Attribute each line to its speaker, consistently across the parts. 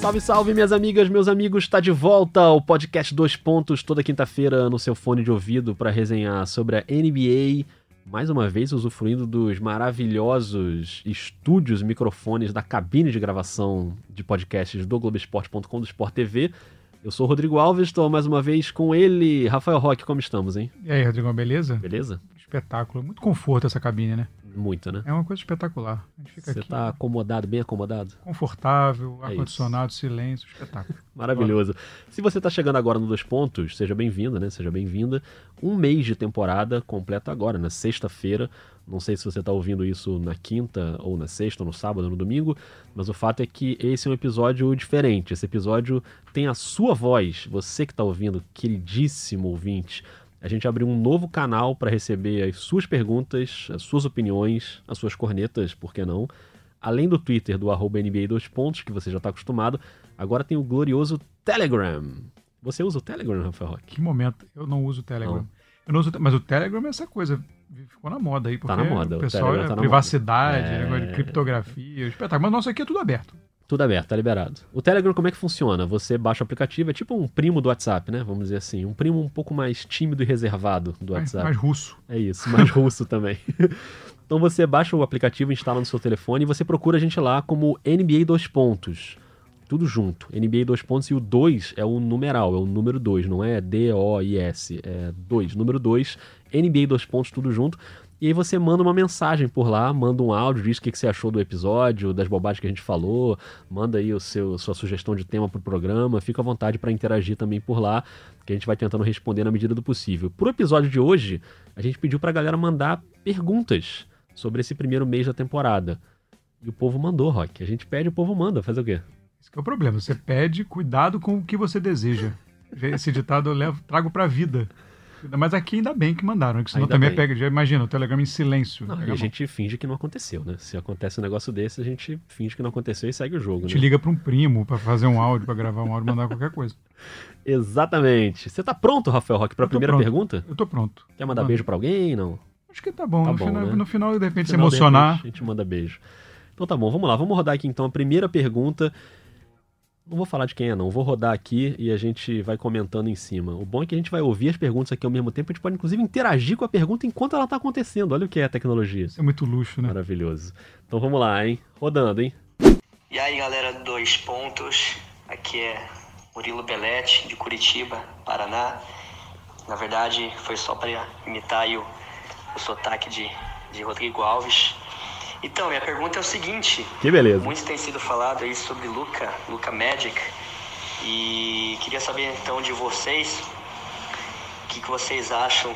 Speaker 1: Salve, salve, minhas amigas, meus amigos, está de volta o podcast 2 Pontos, toda quinta-feira no seu fone de ouvido para resenhar sobre a NBA, mais uma vez usufruindo dos maravilhosos estúdios e microfones da cabine de gravação de podcasts do Globoesporte.com, do Sport TV. Eu sou o Rodrigo Alves, estou mais uma vez com ele, Rafael Roque, como estamos, hein?
Speaker 2: E aí, Rodrigo, beleza?
Speaker 1: Beleza?
Speaker 2: Espetáculo, muito conforto essa cabine, né?
Speaker 1: Muito, né?
Speaker 2: É uma coisa espetacular. A gente fica
Speaker 1: Você
Speaker 2: aqui,
Speaker 1: tá acomodado, bem acomodado?
Speaker 2: confortável,
Speaker 1: É
Speaker 2: ar-condicionado, silêncio, espetáculo.
Speaker 1: Maravilhoso. Se você tá chegando agora no 2 Pontos, seja bem-vindo, né? Seja bem-vinda. Um mês de temporada completa agora, na sexta-feira. Não sei se você tá ouvindo isso na quinta, ou na sexta, ou no sábado, ou no domingo, mas o fato é que esse é um episódio diferente. Esse episódio tem a sua voz, você que tá ouvindo, queridíssimo ouvinte. A gente abriu um novo canal para receber as suas perguntas, as suas opiniões, as suas cornetas, por que não? Além do Twitter do @NBA2Pontos, que você já está acostumado, agora tem o glorioso Telegram. Você usa o Telegram, Rafael Roque?
Speaker 2: Que momento, eu não uso o Telegram.
Speaker 1: Não.
Speaker 2: Eu não uso, mas o Telegram é essa coisa, ficou na moda aí, porque
Speaker 1: Tá na moda,
Speaker 2: o
Speaker 1: o
Speaker 2: pessoal
Speaker 1: Telegram
Speaker 2: é
Speaker 1: tá na
Speaker 2: privacidade,
Speaker 1: moda.
Speaker 2: negócio de criptografia, espetáculo. Mas nosso aqui é tudo aberto.
Speaker 1: Tudo aberto, tá liberado. O Telegram, como é que funciona? Você baixa o aplicativo, é tipo um primo do WhatsApp, né? Vamos dizer assim. Um primo um pouco mais tímido e reservado do WhatsApp.
Speaker 2: Mais russo.
Speaker 1: É isso, mais russo também. Então você baixa o aplicativo, instala no seu telefone e você procura a gente lá como NBA 2 Pontos. Tudo junto. NBA 2 Pontos e o 2 é o numeral, é o número 2, não é D-O-I-S, é 2, número 2, NBA 2 Pontos, tudo junto. E aí você manda uma mensagem por lá, manda um áudio, diz o que você achou do episódio, das bobagens que a gente falou, manda aí sua sugestão de tema pro programa, fica à vontade para interagir também por lá, que a gente vai tentando responder na medida do possível. Pro episódio de hoje, a gente pediu pra galera mandar perguntas sobre esse primeiro mês da temporada. E o povo mandou, Rock. A gente pede, o povo manda. Fazer o quê?
Speaker 2: Esse que é o problema, você pede cuidado com o que você deseja. Esse ditado eu trago pra vida. Mas aqui ainda bem que mandaram, que senão
Speaker 1: Ainda
Speaker 2: também
Speaker 1: bem.
Speaker 2: pega, já imagina, o Telegram em silêncio.
Speaker 1: Não, e a gente finge que não aconteceu, né? Se acontece um negócio desse, a gente finge que não aconteceu e segue o jogo,
Speaker 2: A
Speaker 1: né?
Speaker 2: gente liga pra um primo pra fazer um áudio, pra gravar um áudio, mandar qualquer coisa.
Speaker 1: Exatamente. Você tá pronto, Rafael Roque, pra
Speaker 2: Eu tô
Speaker 1: primeira
Speaker 2: pronto.
Speaker 1: pergunta?
Speaker 2: Eu tô pronto.
Speaker 1: Quer mandar beijo pra alguém? Não.
Speaker 2: Acho que tá bom.
Speaker 1: Tá
Speaker 2: no,
Speaker 1: bom,
Speaker 2: final,
Speaker 1: né?
Speaker 2: no final, de repente, se
Speaker 1: Final, de
Speaker 2: emocionar.
Speaker 1: repente, a gente manda beijo. Então tá bom, vamos lá. Vamos rodar aqui então a primeira pergunta. Não vou falar de quem é não, vou rodar aqui e a gente vai comentando em cima. O bom é que a gente vai ouvir as perguntas aqui ao mesmo tempo, a gente pode inclusive interagir com a pergunta enquanto ela tá acontecendo. Olha o que é a tecnologia.
Speaker 2: Isso é muito luxo, né?
Speaker 1: Maravilhoso. Então vamos lá, hein? Rodando, hein?
Speaker 3: E aí, galera, 2 Pontos. Aqui é Murilo Belletti, de Curitiba, Paraná. Na verdade, foi só para imitar aí o sotaque de Rodrigo Alves. Então, minha pergunta é o seguinte.
Speaker 1: Que beleza.
Speaker 3: Muito tem sido falado aí sobre Luka Magic. E queria saber, então, de vocês, o que vocês acham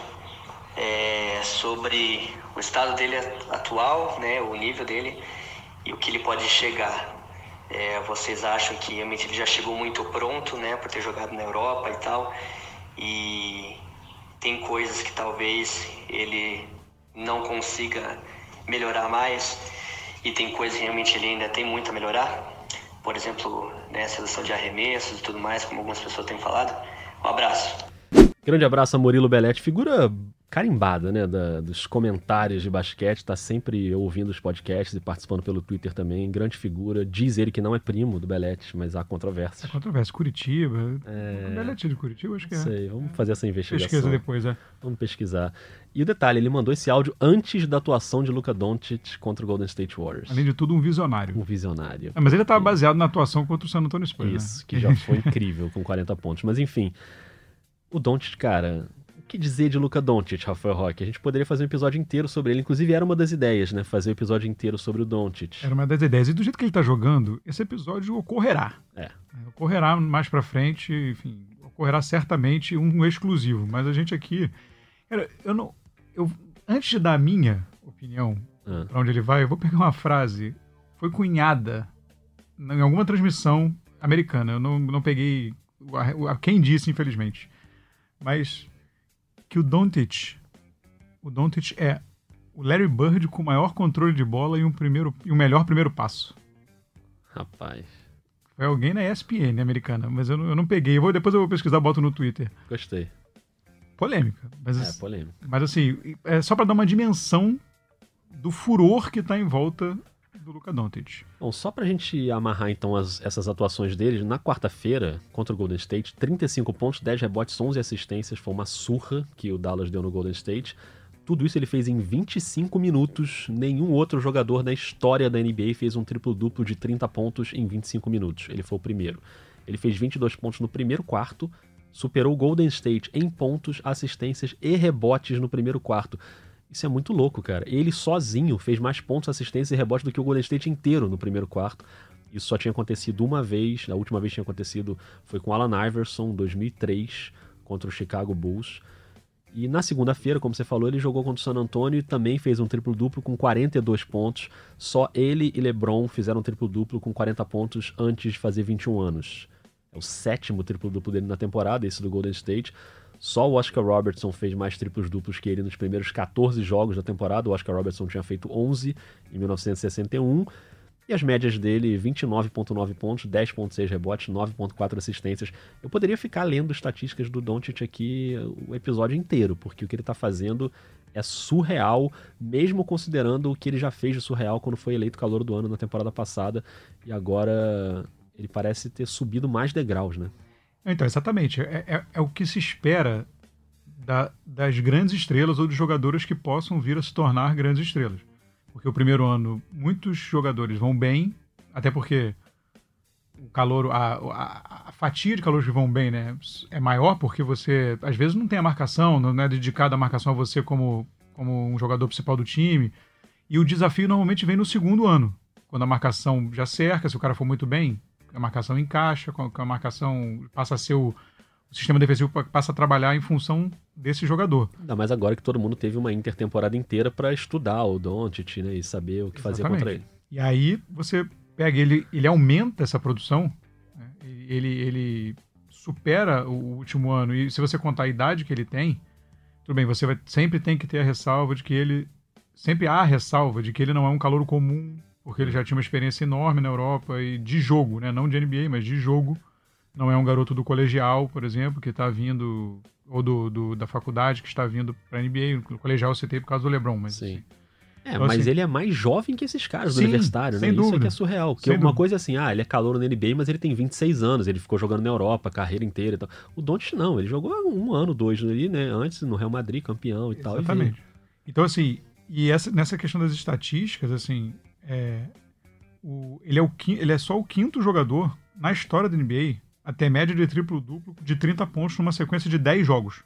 Speaker 3: sobre o estado dele atual, né, o nível dele e o que ele pode chegar. Vocês acham que realmente ele já chegou muito pronto, né, por ter jogado na Europa e tal, e tem coisas que talvez ele não consiga melhorar mais, e tem coisas que realmente ele ainda tem muito a melhorar? Por exemplo, né, seleção de arremessos e tudo mais, como algumas pessoas têm falado. Um abraço.
Speaker 1: Grande abraço a Murilo Belletti, figura carimbada, né, dos comentários de basquete, tá sempre ouvindo os podcasts e participando pelo Twitter também, grande figura, diz ele que não é primo do Belletti, mas há controvérsias.
Speaker 2: É controvérsia. Curitiba. O Belletti de Curitiba, acho que é.
Speaker 1: Sei, vamos fazer essa investigação.
Speaker 2: Pesquisa depois,
Speaker 1: Vamos pesquisar. E o detalhe, ele mandou esse áudio antes da atuação de Luka Doncic contra o Golden State Warriors.
Speaker 2: Além de tudo, um visionário.
Speaker 1: Um visionário.
Speaker 2: Mas ele estava baseado na atuação contra o San Antonio Spurs,
Speaker 1: Isso,
Speaker 2: né?
Speaker 1: que já foi incrível com 40 pontos. Mas enfim, o Doncic, cara, o que dizer de Luka Doncic, Rafael Roque? A gente poderia fazer um episódio inteiro sobre ele. Inclusive era uma das ideias, né? Fazer um episódio inteiro sobre o Doncic.
Speaker 2: Era uma das ideias. E do jeito que ele tá jogando, esse episódio ocorrerá. Ocorrerá mais pra frente, enfim, ocorrerá certamente um exclusivo. Mas a gente aqui... Cara, antes de dar a minha opinião pra onde ele vai, eu vou pegar uma frase. Foi cunhada em alguma transmissão americana. Eu não peguei quem disse, infelizmente. Mas que o Doncic é o Larry Bird com o maior controle de bola e o melhor primeiro passo.
Speaker 1: Rapaz.
Speaker 2: Foi alguém na ESPN americana, mas eu não peguei. Depois eu vou pesquisar, boto no Twitter.
Speaker 1: Gostei.
Speaker 2: Polêmica. Mas,
Speaker 1: polêmica.
Speaker 2: Mas assim, é só pra dar uma dimensão do furor que tá em volta do Luka Doncic.
Speaker 1: Bom, só pra gente amarrar então essas atuações deles, na quarta-feira, contra o Golden State, 35 pontos, 10 rebotes, 11 assistências, foi uma surra que o Dallas deu no Golden State. Tudo isso ele fez em 25 minutos. Nenhum outro jogador na história da NBA fez um triplo-duplo de 30 pontos em 25 minutos. Ele foi o primeiro. Ele fez 22 pontos no primeiro quarto, superou o Golden State em pontos, assistências e rebotes no primeiro quarto. Isso é muito louco, cara. Ele sozinho fez mais pontos, assistências e rebotes do que o Golden State inteiro no primeiro quarto. Isso só tinha acontecido uma vez. A última vez que tinha acontecido foi com Allen Iverson, em 2003, contra o Chicago Bulls. E na segunda-feira, como você falou, ele jogou contra o San Antonio e também fez um triplo-duplo com 42 pontos. Só ele e LeBron fizeram um triplo-duplo com 40 pontos antes de fazer 21 anos. É o 7º triplo-duplo dele na temporada, esse do Golden State. Só o Oscar Robertson fez mais triplos-duplos que ele nos primeiros 14 jogos da temporada. O Oscar Robertson tinha feito 11 em 1961. E as médias dele, 29,9 pontos, 10,6 rebotes, 9,4 assistências. Eu poderia ficar lendo estatísticas do Doncic aqui o episódio inteiro, porque o que ele está fazendo é surreal, mesmo considerando o que ele já fez de surreal quando foi eleito Calouro do Ano na temporada passada. E agora ele parece ter subido mais degraus, né?
Speaker 2: Então, exatamente. É o que se espera das grandes estrelas ou dos jogadores que possam vir a se tornar grandes estrelas. Porque o primeiro ano, muitos jogadores vão bem, até porque o calor, a fatia de calores que vão bem, né, é maior, porque você, às vezes, não tem a marcação, não é dedicada a marcação a você como um jogador principal do time. E o desafio normalmente vem no segundo ano, quando a marcação já cerca, se o cara for muito bem, a marcação encaixa, a marcação passa a ser o sistema defensivo passa a trabalhar em função desse jogador.
Speaker 1: Ainda mais agora que todo mundo teve uma intertemporada inteira para estudar o Doncic, né, e saber o que fazer contra ele.
Speaker 2: E aí você pega ele aumenta essa produção, né, ele supera o último ano, e se você contar a idade que ele tem, tudo bem, você sempre tem que ter a ressalva de que ele não é um calouro comum, porque ele já tinha uma experiência enorme na Europa e de jogo, né, não de NBA, mas de jogo. Não é um garoto do colegial, por exemplo, que está vindo, ou da faculdade que está vindo para a NBA. O colegial eu citei por causa do LeBron, mas...
Speaker 1: Sim.
Speaker 2: Então,
Speaker 1: mas
Speaker 2: assim,
Speaker 1: ele é mais jovem que esses caras do
Speaker 2: sim,
Speaker 1: universitário, né?
Speaker 2: sem dúvida.
Speaker 1: Isso é que é surreal. Porque uma coisa é assim, ele é calouro na NBA, mas ele tem 26 anos, ele ficou jogando na Europa a carreira inteira e tal. O Doncic não, ele jogou 1 ano, 2 ali, né? Antes no Real Madrid, campeão e tal.
Speaker 2: Exatamente. Então, assim, nessa questão das estatísticas, assim, ele é só o 5º jogador na história da NBA a ter média de triplo-duplo de 30 pontos numa sequência de 10 jogos.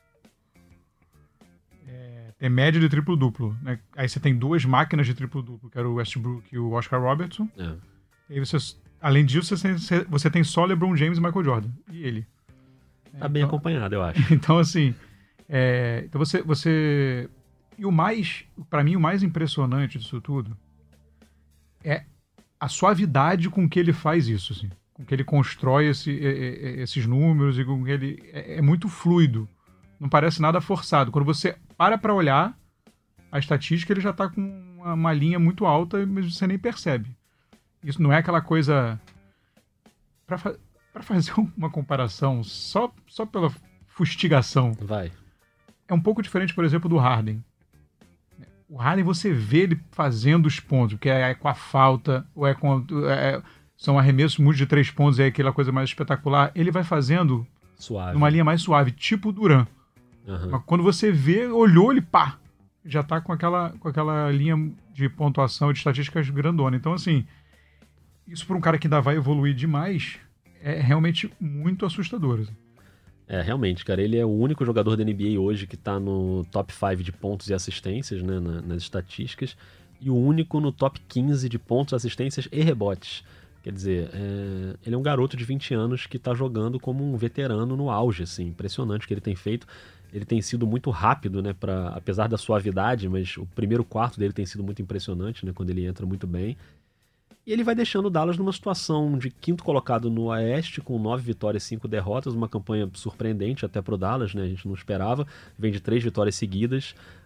Speaker 2: Tem média de triplo-duplo, né? Aí você tem 2 máquinas de triplo-duplo, que era o Westbrook e o Oscar Robertson. E aí além disso, você tem só LeBron James e Michael Jordan. E ele.
Speaker 1: Tá bem acompanhado, eu acho.
Speaker 2: Então, assim... então você... E para mim, o mais impressionante disso tudo é a suavidade com que ele faz isso, assim. Com que ele constrói esses números e com que ele... É muito fluido. Não parece nada forçado. Quando você para olhar a estatística, ele já está com uma linha muito alta, mas você nem percebe. Isso não é aquela coisa... Para fazer uma comparação, só pela fustigação...
Speaker 1: Vai.
Speaker 2: É um pouco diferente, por exemplo, do Harden. O Harden, você vê ele fazendo os pontos, que é com a falta, ou são arremessos muito de 3 pontos, é aquela coisa mais espetacular. Ele vai fazendo
Speaker 1: suave,
Speaker 2: numa linha mais suave, tipo o Durant. Mas quando você vê, olhou, ele já tá com aquela linha de pontuação, de estatísticas grandona. Então, assim, isso para um cara que ainda vai evoluir demais, é realmente muito assustador. Assim.
Speaker 1: Realmente, cara, ele é o único jogador da NBA hoje que tá no top 5 de pontos e assistências, né, nas estatísticas, e o único no top 15 de pontos, assistências e rebotes. Quer dizer, ele é um garoto de 20 anos que tá jogando como um veterano no auge, assim, impressionante o que ele tem feito. Ele tem sido muito rápido, né, apesar da suavidade, mas o primeiro quarto dele tem sido muito impressionante, né, quando ele entra muito bem. E ele vai deixando o Dallas numa situação de 5º colocado no Oeste, com 9 vitórias e 5 derrotas, uma campanha surpreendente até pro Dallas, né? A gente não esperava. Vem de 3 vitórias seguidas.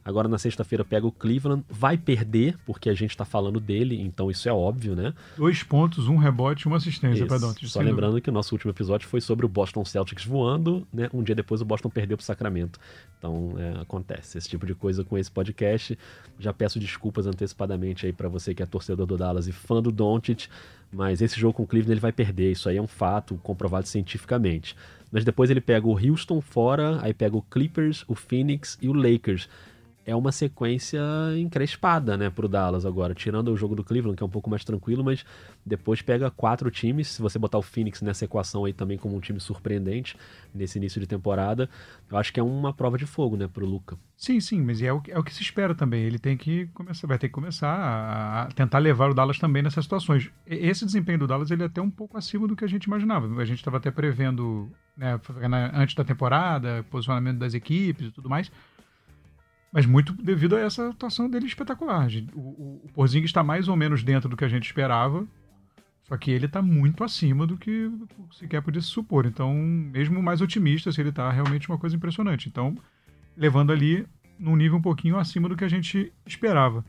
Speaker 1: Agora na sexta-feira pega o Cleveland, vai perder, porque a gente tá falando dele, então isso é óbvio, né?
Speaker 2: 2 pontos, 1 rebote e 1 assistência para Doncic.
Speaker 1: Só lembrando que o nosso último episódio foi sobre o Boston Celtics voando, né? Um dia depois o Boston perdeu pro Sacramento. Então acontece esse tipo de coisa com esse podcast. Já peço desculpas antecipadamente aí para você que é torcedor do Dallas e fã do Doncic, mas esse jogo com o Cleveland ele vai perder, isso aí é um fato comprovado cientificamente. Mas depois ele pega o Houston fora, aí pega o Clippers, o Phoenix e o Lakers. É uma sequência encrespada, né, pro Dallas agora, tirando o jogo do Cleveland, que é um pouco mais tranquilo, mas depois pega 4 times, se você botar o Phoenix nessa equação aí também como um time surpreendente nesse início de temporada, eu acho que é uma prova de fogo, né, pro Luka.
Speaker 2: Sim, mas é o que se espera também, ele tem que começar, vai ter que começar a tentar levar o Dallas também nessas situações. Esse desempenho do Dallas, ele é até um pouco acima do que a gente imaginava, a gente estava até prevendo, né, antes da temporada, posicionamento das equipes e tudo mais, mas muito devido a essa atuação dele espetacular. O Porzingis está mais ou menos dentro do que a gente esperava, só que ele está muito acima do que sequer podia se supor. Então, mesmo mais otimista, ele está realmente uma coisa impressionante. Então, levando ali num nível um pouquinho acima do que a gente esperava.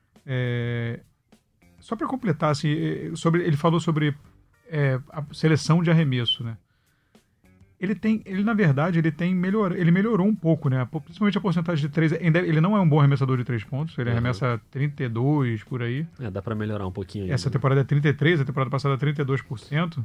Speaker 2: Só para completar, assim, ele falou sobre a seleção de arremesso, né? Ele na verdade, ele melhorou um pouco, né? Principalmente a porcentagem de 3. Ele não é um bom arremessador de 3 pontos, ele arremessa 32 por aí.
Speaker 1: Dá pra melhorar um pouquinho ainda.
Speaker 2: Essa temporada é 33, a temporada passada é 32%.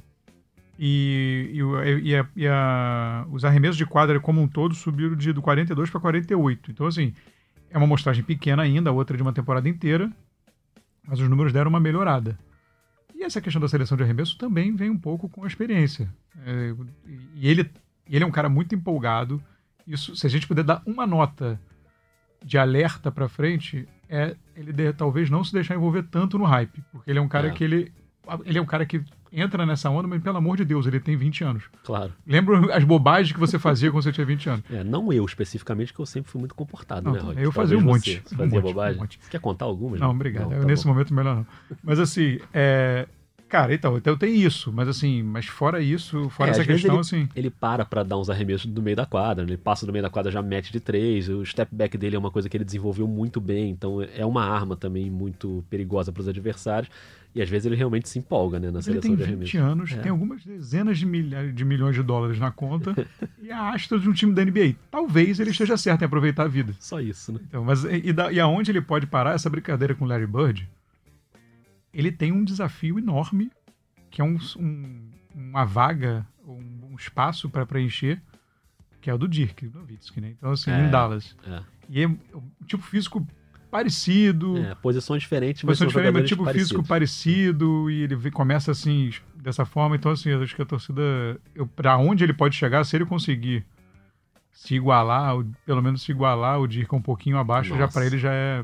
Speaker 2: Os arremessos de quadra como um todo subiram do 42 para 48. Então, assim, é uma amostragem pequena ainda, a outra de uma temporada inteira, mas os números deram uma melhorada. E essa questão da seleção de arremesso também vem um pouco com a experiência. E ele é um cara muito empolgado. Isso, se a gente puder dar uma nota de alerta para frente, ele talvez não se deixar envolver tanto no hype. Porque ele é um cara que ele é um cara que entra nessa onda, mas pelo amor de Deus, ele tem 20 anos.
Speaker 1: Claro.
Speaker 2: Lembra as bobagens que você fazia quando você tinha 20 anos?
Speaker 1: Não eu especificamente, que eu sempre fui muito comportado,
Speaker 2: não,
Speaker 1: né, Rock?
Speaker 2: Eu fazia um monte.
Speaker 1: Você fazia bobagem? Você quer contar algumas?
Speaker 2: Não, obrigado. Nesse momento, melhor não. Mas assim, cara, então tem isso, mas assim, fora isso, essa questão, assim...
Speaker 1: Ele para dar uns arremessos do meio da quadra, ele passa do meio da quadra, já mete de 3, o step back dele é uma coisa que ele desenvolveu muito bem, então é uma arma também muito perigosa para os adversários, e às vezes ele realmente se empolga, né, na seleção de arremesso.
Speaker 2: Ele tem 20 anos, tem algumas dezenas de milhões de dólares na conta, e a astra de um time da NBA. Talvez ele esteja certo em aproveitar a vida.
Speaker 1: Só isso, né?
Speaker 2: Então, mas e aonde ele pode parar essa brincadeira com o Larry Bird? Ele tem um desafio enorme, que é uma vaga, um espaço para preencher, que é o do Dirk Nowitzki, né? Então, assim, em Dallas. E é um tipo físico parecido.
Speaker 1: Posições diferentes, mas
Speaker 2: tipo físico parecido, e ele começa assim, dessa forma. Então, assim, eu acho que a torcida, para onde ele pode chegar, se ele conseguir se igualar, ou pelo menos se igualar, o Dirk um pouquinho abaixo, já para ele já é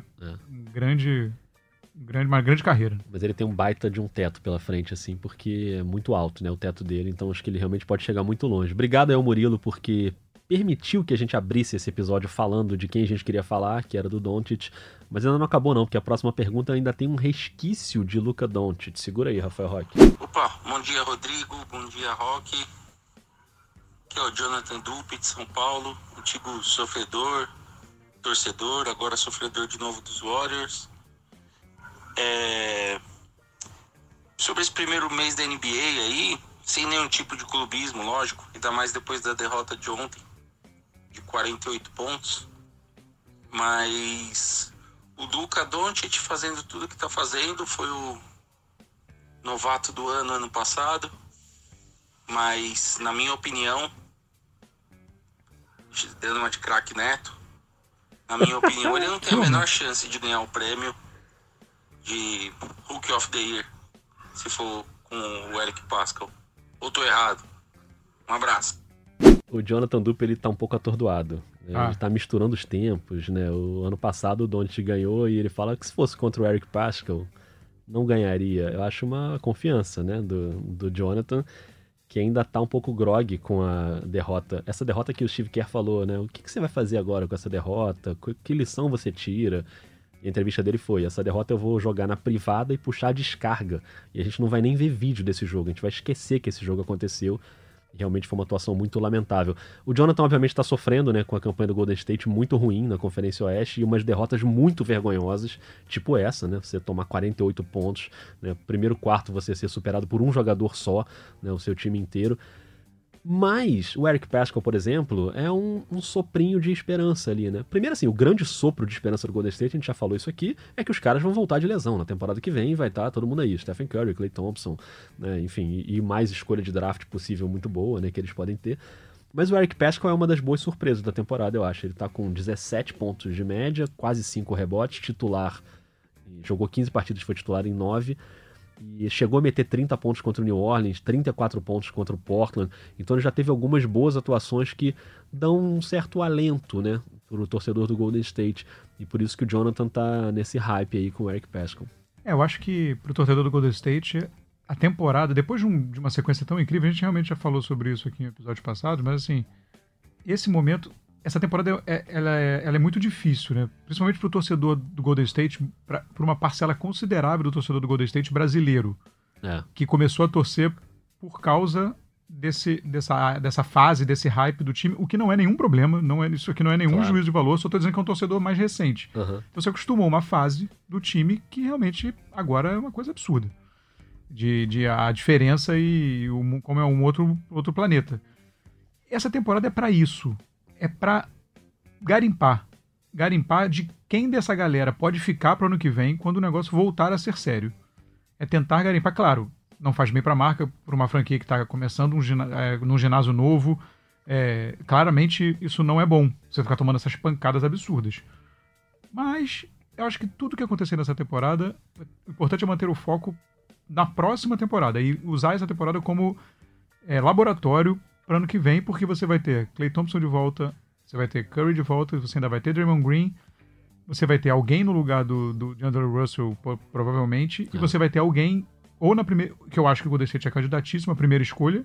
Speaker 2: uma grande carreira.
Speaker 1: Mas ele tem um baita de um teto pela frente, assim, porque é muito alto, né, o teto dele, então acho que ele realmente pode chegar muito longe. Obrigado ao Murilo, porque permitiu que a gente abrisse esse episódio falando de quem a gente queria falar, que era do Doncic, mas ainda não acabou não, porque a próxima pergunta ainda tem um resquício de Luka Doncic. Segura aí, Rafael Roque.
Speaker 4: Opa, bom dia, Rodrigo, bom dia, Roque. Aqui é o Jonathan Dupe, de São Paulo, antigo sofredor, torcedor, agora sofredor de novo dos Warriors. Sobre esse primeiro mês da NBA aí, sem nenhum tipo de clubismo, lógico, ainda mais depois da derrota de ontem, de 48 pontos, mas o Luka Doncic fazendo tudo que tá fazendo, foi o novato do ano passado, mas na minha opinião, dando uma de craque Neto, na minha opinião, ele não tem a menor chance de ganhar o prêmio de Rookie of the Year, se for com o Eric Paschall. Ou tô errado? Um abraço.
Speaker 1: O Jonathan Dupe, ele tá um pouco atordoado. Ele tá misturando os tempos, né? O ano passado o Doncic ganhou e ele fala que se fosse contra o Eric Paschall, não ganharia. Eu acho uma confiança, né, do Jonathan, que ainda tá um pouco grogue com a derrota. Essa derrota que o Steve Kerr falou, né? O que você vai fazer agora com essa derrota? Que lição você tira? E a entrevista dele foi: essa derrota eu vou jogar na privada e puxar a descarga. E a gente não vai nem ver vídeo desse jogo. A gente vai esquecer que esse jogo aconteceu. Realmente foi uma atuação muito lamentável. O Jonathan, obviamente, está sofrendo, né, com a campanha do Golden State muito ruim na Conferência Oeste e umas derrotas muito vergonhosas, tipo essa, né? Você tomar 48 pontos, né? Primeiro quarto você ser superado por um jogador só, né? O seu time inteiro. Mas o Eric Paschall, por exemplo, é um soprinho de esperança ali, né? Primeiro, assim, o grande sopro de esperança do Golden State, a gente já falou isso aqui, é que os caras vão voltar de lesão. Na temporada que vem vai estar todo mundo aí. Stephen Curry, Klay Thompson, né? Enfim, e mais escolha de draft possível muito boa, né? Que eles podem ter. Mas o Eric Paschall é uma das boas surpresas da temporada, eu acho. Ele tá com 17 pontos de média, quase 5 rebotes, titular. Jogou 15 partidas, foi titular em 9. E chegou a meter 30 pontos contra o New Orleans, 34 pontos contra o Portland. Então ele já teve algumas boas atuações que dão um certo alento, né, para o torcedor do Golden State. E por isso que o Jonathan tá nesse hype aí com o Eric Paschall.
Speaker 2: Eu acho que pro torcedor do Golden State, a temporada, depois de uma sequência tão incrível, a gente realmente já falou sobre isso aqui no episódio passado, mas assim, esse momento, essa temporada ela é muito difícil, né? Principalmente pro torcedor do Golden State, para uma parcela considerável do torcedor do Golden State brasileiro, que começou a torcer por causa dessa fase, desse hype do time, o que não é nenhum problema, isso aqui não é nenhum juízo de valor, só tô dizendo que é um torcedor mais recente. Então você acostumou a uma fase do time que realmente agora é uma coisa absurda. A diferença e como é um outro planeta. Essa temporada é para isso. É para garimpar de quem dessa galera pode ficar para o ano que vem quando o negócio voltar a ser sério. É tentar garimpar, claro, não faz bem para a marca, para uma franquia que está começando num ginásio novo. Claramente isso não é bom, você ficar tomando essas pancadas absurdas. Mas eu acho que tudo que acontecer nessa temporada, o importante é manter o foco na próxima temporada e usar essa temporada como laboratório para ano que vem, porque você vai ter Klay Thompson de volta, você vai ter Curry de volta, você ainda vai ter Draymond Green, você vai ter alguém no lugar do DeAndre Russell, provavelmente, e você vai ter alguém, ou na primeira, que eu acho que o Golden State é candidatíssimo, a primeira escolha,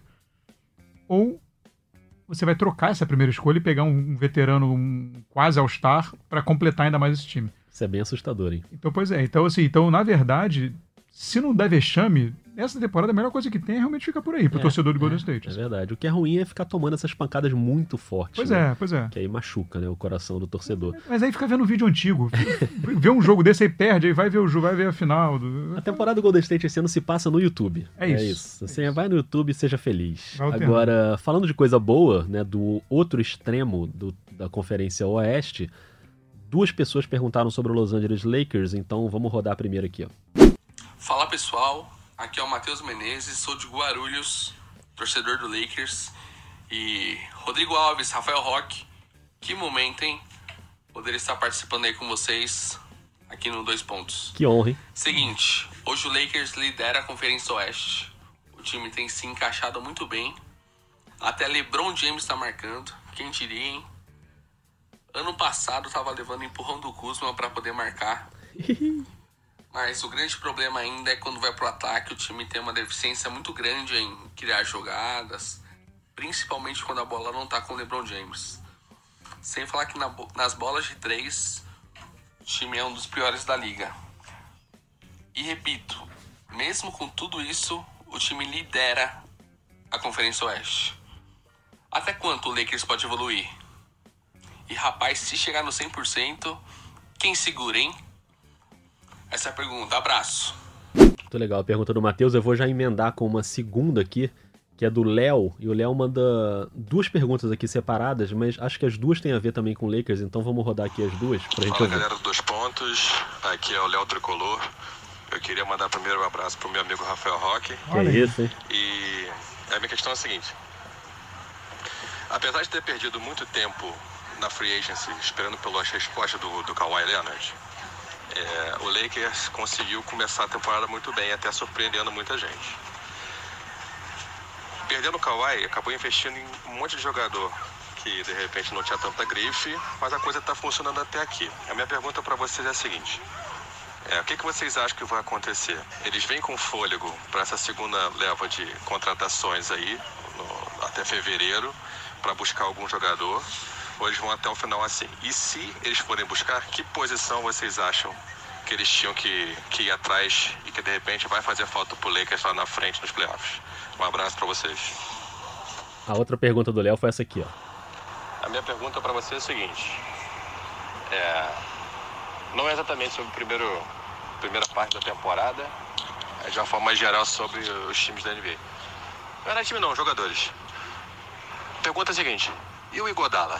Speaker 2: ou você vai trocar essa primeira escolha e pegar um veterano, quase all-star, para completar ainda mais esse time.
Speaker 1: Isso é bem assustador, hein?
Speaker 2: Então, pois é. Então, na verdade, se não der vexame, essa temporada a melhor coisa que tem é realmente ficar por aí, pro torcedor do Golden State.
Speaker 1: É verdade. O que é ruim é ficar tomando essas pancadas muito fortes.
Speaker 2: Pois é.
Speaker 1: Que aí machuca, né, o coração do torcedor.
Speaker 2: Mas aí fica vendo vídeo antigo. Vê um jogo desse aí, perde, aí vai ver o jogo, vai ver a final.
Speaker 1: A temporada do Golden State esse ano se passa no YouTube.
Speaker 2: É isso.
Speaker 1: Você vai no YouTube e seja feliz. Agora, falando de coisa boa, né, do outro extremo da Conferência Oeste, 2 pessoas perguntaram sobre o Los Angeles Lakers, então vamos rodar primeiro aqui, ó.
Speaker 4: Fala pessoal, aqui é o Matheus Menezes, sou de Guarulhos, torcedor do Lakers. E Rodrigo Alves, Rafael Roque, que momento, hein? Poder estar participando aí com vocês aqui no 2 Pontos.
Speaker 1: Que honra, hein?
Speaker 4: Seguinte, hoje o Lakers lidera a Conferência Oeste. O time tem se encaixado muito bem. Até LeBron James está marcando, quem diria, hein? Ano passado estava levando empurrão do Kuzma para poder marcar. Mas o grande problema ainda é quando vai pro ataque, o time tem uma deficiência muito grande em criar jogadas, principalmente quando a bola não tá com o LeBron James. Sem falar que nas bolas de 3, o time é um dos piores da liga. E repito, mesmo com tudo isso, o time lidera a Conferência Oeste. Até quanto o Lakers pode evoluir? E rapaz, se chegar no 100%, quem segura, hein? Essa é a pergunta. Abraço.
Speaker 1: Muito legal a pergunta do Matheus. Eu vou já emendar com uma segunda aqui, que é do Léo. E o Léo manda 2 perguntas aqui separadas, mas acho que as 2 têm a ver também com o Lakers, então vamos rodar aqui as 2 pra gente
Speaker 5: Fala,
Speaker 1: ouvir.
Speaker 5: galera do 2 Pontos. Aqui é o Léo Tricolor. Eu queria mandar primeiro um abraço pro meu amigo Rafael Roque.
Speaker 1: Que é isso, hein?
Speaker 5: E a minha questão é a seguinte. Apesar de ter perdido muito tempo na Free Agency, esperando pelas respostas do Kawhi Leonard, o Lakers conseguiu começar a temporada muito bem, até surpreendendo muita gente. Perdendo o Kawhi, acabou investindo em um monte de jogador que de repente não tinha tanta grife, mas a coisa está funcionando até aqui. A minha pergunta para vocês é a seguinte. O que vocês acham que vai acontecer? Eles vêm com fôlego para essa segunda leva de contratações aí, até fevereiro, para buscar algum jogador? Ou eles vão até o final assim? E se eles forem buscar, que posição vocês acham que eles tinham que ir atrás e que de repente vai fazer falta pro Lakers lá na frente nos playoffs? Um abraço para vocês.
Speaker 1: A outra pergunta do Léo foi essa aqui, ó.
Speaker 5: A minha pergunta para você é a seguinte. Não é exatamente sobre a primeira parte da temporada, é de uma forma mais geral sobre os times da NBA. Não era time não, jogadores. Pergunta é a seguinte, e o Iguodala?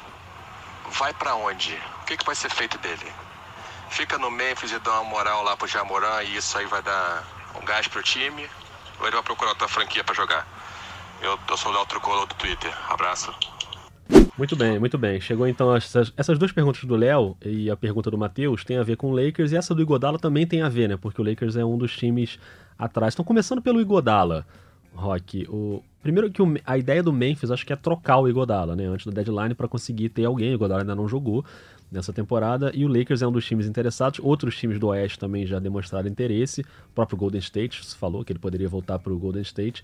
Speaker 5: Vai para onde? O que vai ser feito dele? Fica no Memphis e dá uma moral lá pro Ja Morant e isso aí vai dar um gás pro time? Ou ele vai procurar outra franquia para jogar? Eu sou o Léo Trucolo do Twitter. Abraço.
Speaker 1: Muito bem, muito bem. Chegou então essas duas perguntas do Léo e a pergunta do Matheus tem a ver com o Lakers, e essa do Iguodala também tem a ver, né? Porque o Lakers é um dos times atrás. Então, começando pelo Iguodala, Rock, primeiro que a ideia do Memphis acho que é trocar o Iguodala, né? Antes do deadline para conseguir ter alguém. O Iguodala ainda não jogou nessa temporada e o Lakers é um dos times interessados. Outros times do Oeste também já demonstraram interesse. O próprio Golden State falou que ele poderia voltar para o Golden State.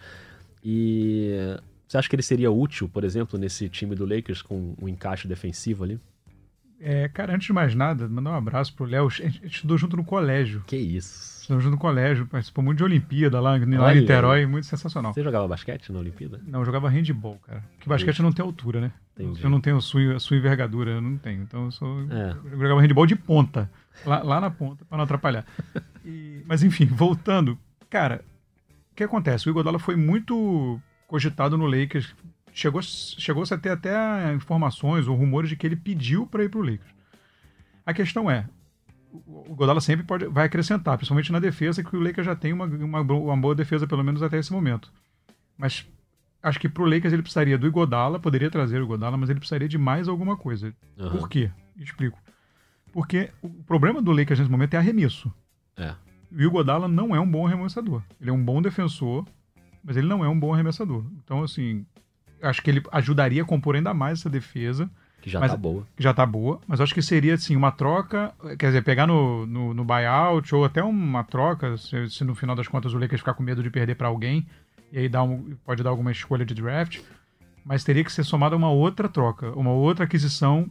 Speaker 1: E você acha que ele seria útil, por exemplo, nesse time do Lakers com um encaixe defensivo ali?
Speaker 2: Cara, antes de mais nada, mandar um abraço pro Léo. A gente estudou junto no colégio.
Speaker 1: Que isso.
Speaker 2: Estudamos junto no colégio, participou muito de Olimpíada lá em Niterói, muito sensacional.
Speaker 1: Você jogava basquete na Olimpíada?
Speaker 2: Não, eu jogava handball, cara. Porque basquete não tem altura, né? Entendi. Eu não tenho a sua envergadura, eu não tenho. Então eu jogava handball de ponta, lá na ponta, pra não atrapalhar. Mas enfim, voltando. Cara, o que acontece? O Iguodala foi muito cogitado no Lakers. Chegou-se a ter até informações ou rumores de que ele pediu para ir pro Lakers. A questão é, o Iguodala sempre vai acrescentar, principalmente na defesa, que o Lakers já tem uma boa defesa, pelo menos até esse momento. Mas acho que pro Lakers ele precisaria do Iguodala, poderia trazer o Iguodala, mas ele precisaria de mais alguma coisa. Uhum. Por quê? Explico. Porque o problema do Lakers nesse momento é arremesso. E o Iguodala não é um bom arremessador. Ele é um bom defensor, mas ele não é um bom arremessador. Então, assim, acho que ele ajudaria a compor ainda mais essa defesa.
Speaker 1: Que já tá boa.
Speaker 2: Que já tá boa, mas acho que seria, assim, uma troca, quer dizer, pegar no buyout, ou até uma troca, se no final das contas o Lakers ficar com medo de perder para alguém, e aí pode dar alguma escolha de draft, mas teria que ser somada uma outra troca, uma outra aquisição,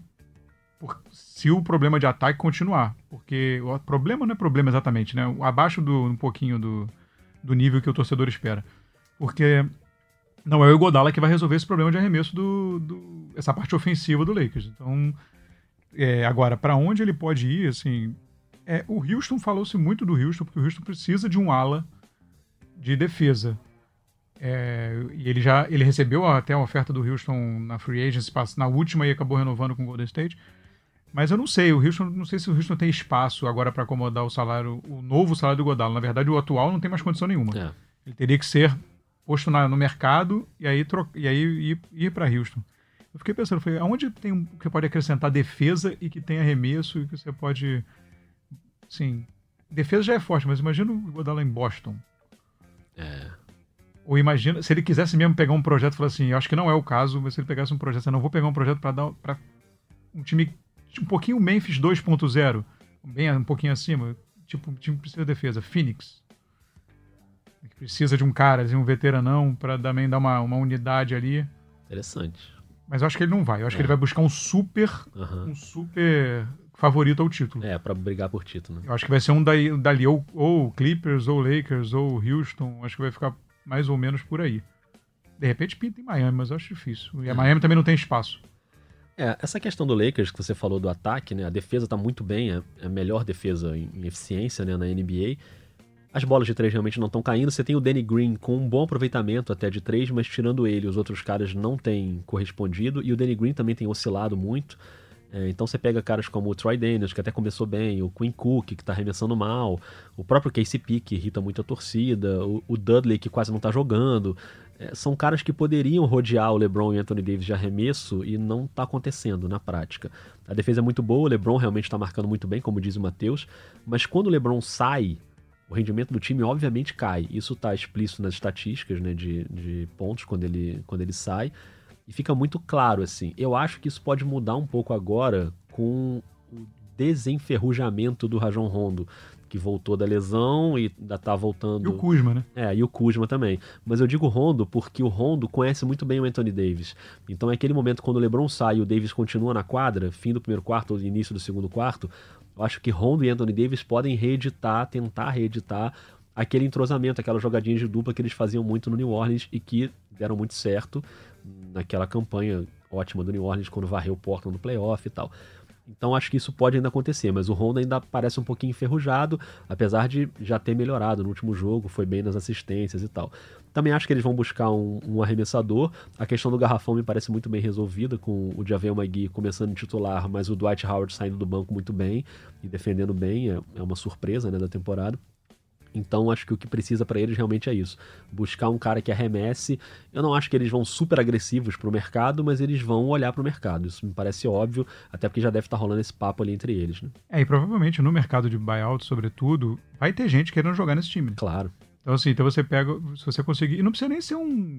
Speaker 2: se o problema de ataque continuar. Porque o problema não é problema exatamente, né? Abaixo um pouquinho do nível que o torcedor espera. Porque não é o Iguodala que vai resolver esse problema de arremesso essa parte ofensiva do Lakers. Então, agora, para onde ele pode ir, assim... o Houston, falou-se muito do Houston, porque o Houston precisa de um ala de defesa. E ele recebeu até a oferta do Houston na Free Agency, na última, e acabou renovando com o Golden State. Mas eu não sei se o Houston tem espaço agora para acomodar o novo salário do Iguodala. Na verdade, o atual não tem mais condição nenhuma. Ele teria que ser posto no mercado e aí ir para Houston. Eu fiquei pensando, aonde tem que pode acrescentar defesa e que tem arremesso e que você pode... Sim, defesa já é forte, mas imagina o Iguodala em Boston. Ou imagina, se ele quisesse mesmo pegar um projeto e falar assim, eu acho que não é o caso, mas se ele pegasse um projeto, eu não vou pegar um projeto para um time um pouquinho Memphis 2.0, um pouquinho acima, tipo um time que precisa de defesa, Phoenix. Que precisa de um cara, um veteranão, para também dar uma unidade ali.
Speaker 1: Interessante.
Speaker 2: Mas eu acho que ele não vai. Eu acho que ele vai buscar um super favorito ao título.
Speaker 1: Para brigar por título. Né?
Speaker 2: Eu acho que vai ser um dali ou Clippers, ou Lakers, ou Houston. Acho que vai ficar mais ou menos por aí. De repente pinta em Miami, mas eu acho difícil. E a Miami também não tem espaço.
Speaker 1: Essa questão do Lakers que você falou do ataque, né? A defesa tá muito bem, é a melhor defesa em eficiência, né, na NBA. As bolas de 3 realmente não estão caindo. Você tem o Danny Green com um bom aproveitamento até de 3, mas tirando ele, os outros caras não têm correspondido. E o Danny Green também tem oscilado muito. Então você pega caras como o Troy Daniels, que até começou bem, o Quinn Cook, que tá arremessando mal, o próprio KCP, que irrita muito a torcida, o Dudley, que quase não tá jogando. São caras que poderiam rodear o LeBron e Anthony Davis de arremesso e não tá acontecendo na prática. A defesa é muito boa, o LeBron realmente tá marcando muito bem, como diz o Matheus, mas quando o LeBron sai, o rendimento do time obviamente cai. Isso está explícito nas estatísticas, né, de pontos quando ele sai. E fica muito claro, assim. Eu acho que isso pode mudar um pouco agora com o desenferrujamento do Rajon Rondo, que voltou da lesão e ainda tá voltando...
Speaker 2: E o Kuzma, né?
Speaker 1: E o Kuzma também. Mas eu digo Rondo porque o Rondo conhece muito bem o Anthony Davis. Então é aquele momento quando o LeBron sai e o Davis continua na quadra, fim do primeiro quarto ou início do segundo quarto, eu acho que Rondo e Anthony Davis podem tentar reeditar aquele entrosamento, aquelas jogadinhas de dupla que eles faziam muito no New Orleans e que deram muito certo. naquela campanha ótima do New Orleans quando varreu o Portland no playoff e tal. Então acho que isso pode ainda acontecer, mas o Rondo ainda parece um pouquinho enferrujado, apesar de já ter melhorado no último jogo, foi bem nas assistências e tal. Também acho que eles vão buscar um arremessador. A questão do garrafão me parece muito bem resolvida, com o JaVale McGee começando titular, mas o Dwight Howard saindo do banco muito bem e defendendo bem, é uma surpresa, né, da temporada. Então acho que o que precisa para eles realmente é isso, buscar um cara que arremesse. Eu não acho que eles vão super agressivos pro mercado, mas eles vão olhar pro mercado, isso me parece óbvio, até porque já deve estar rolando esse papo ali entre eles, né?
Speaker 2: E provavelmente no mercado de buyout, sobretudo, vai ter gente querendo jogar nesse time.
Speaker 1: Claro.
Speaker 2: Então assim, você pega, se você conseguir, e não precisa nem ser um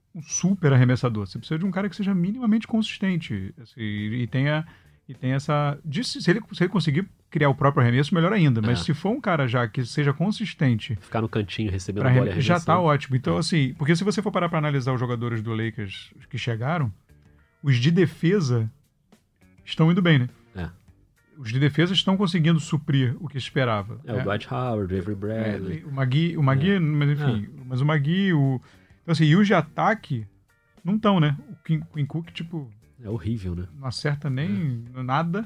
Speaker 2: super arremessador, você precisa de um cara que seja minimamente consistente, assim, e tenha essa... Se ele conseguir criar o próprio arremesso, melhor ainda. Mas se for um cara já que seja consistente...
Speaker 1: Ficar no cantinho recebendo a bola e arremessando.
Speaker 2: Já tá ótimo. Então, assim... Porque se você for parar pra analisar os jogadores do Lakers que chegaram, os de defesa estão indo bem, né? Os de defesa estão conseguindo suprir o que se esperava.
Speaker 1: O Dwight Howard, o Avery Bradley...
Speaker 2: O McGee, mas enfim... Mas o McGee, Então, assim, e os de ataque não estão, né? O Quinn Cook, tipo...
Speaker 1: É horrível, né?
Speaker 2: Não acerta nem nada.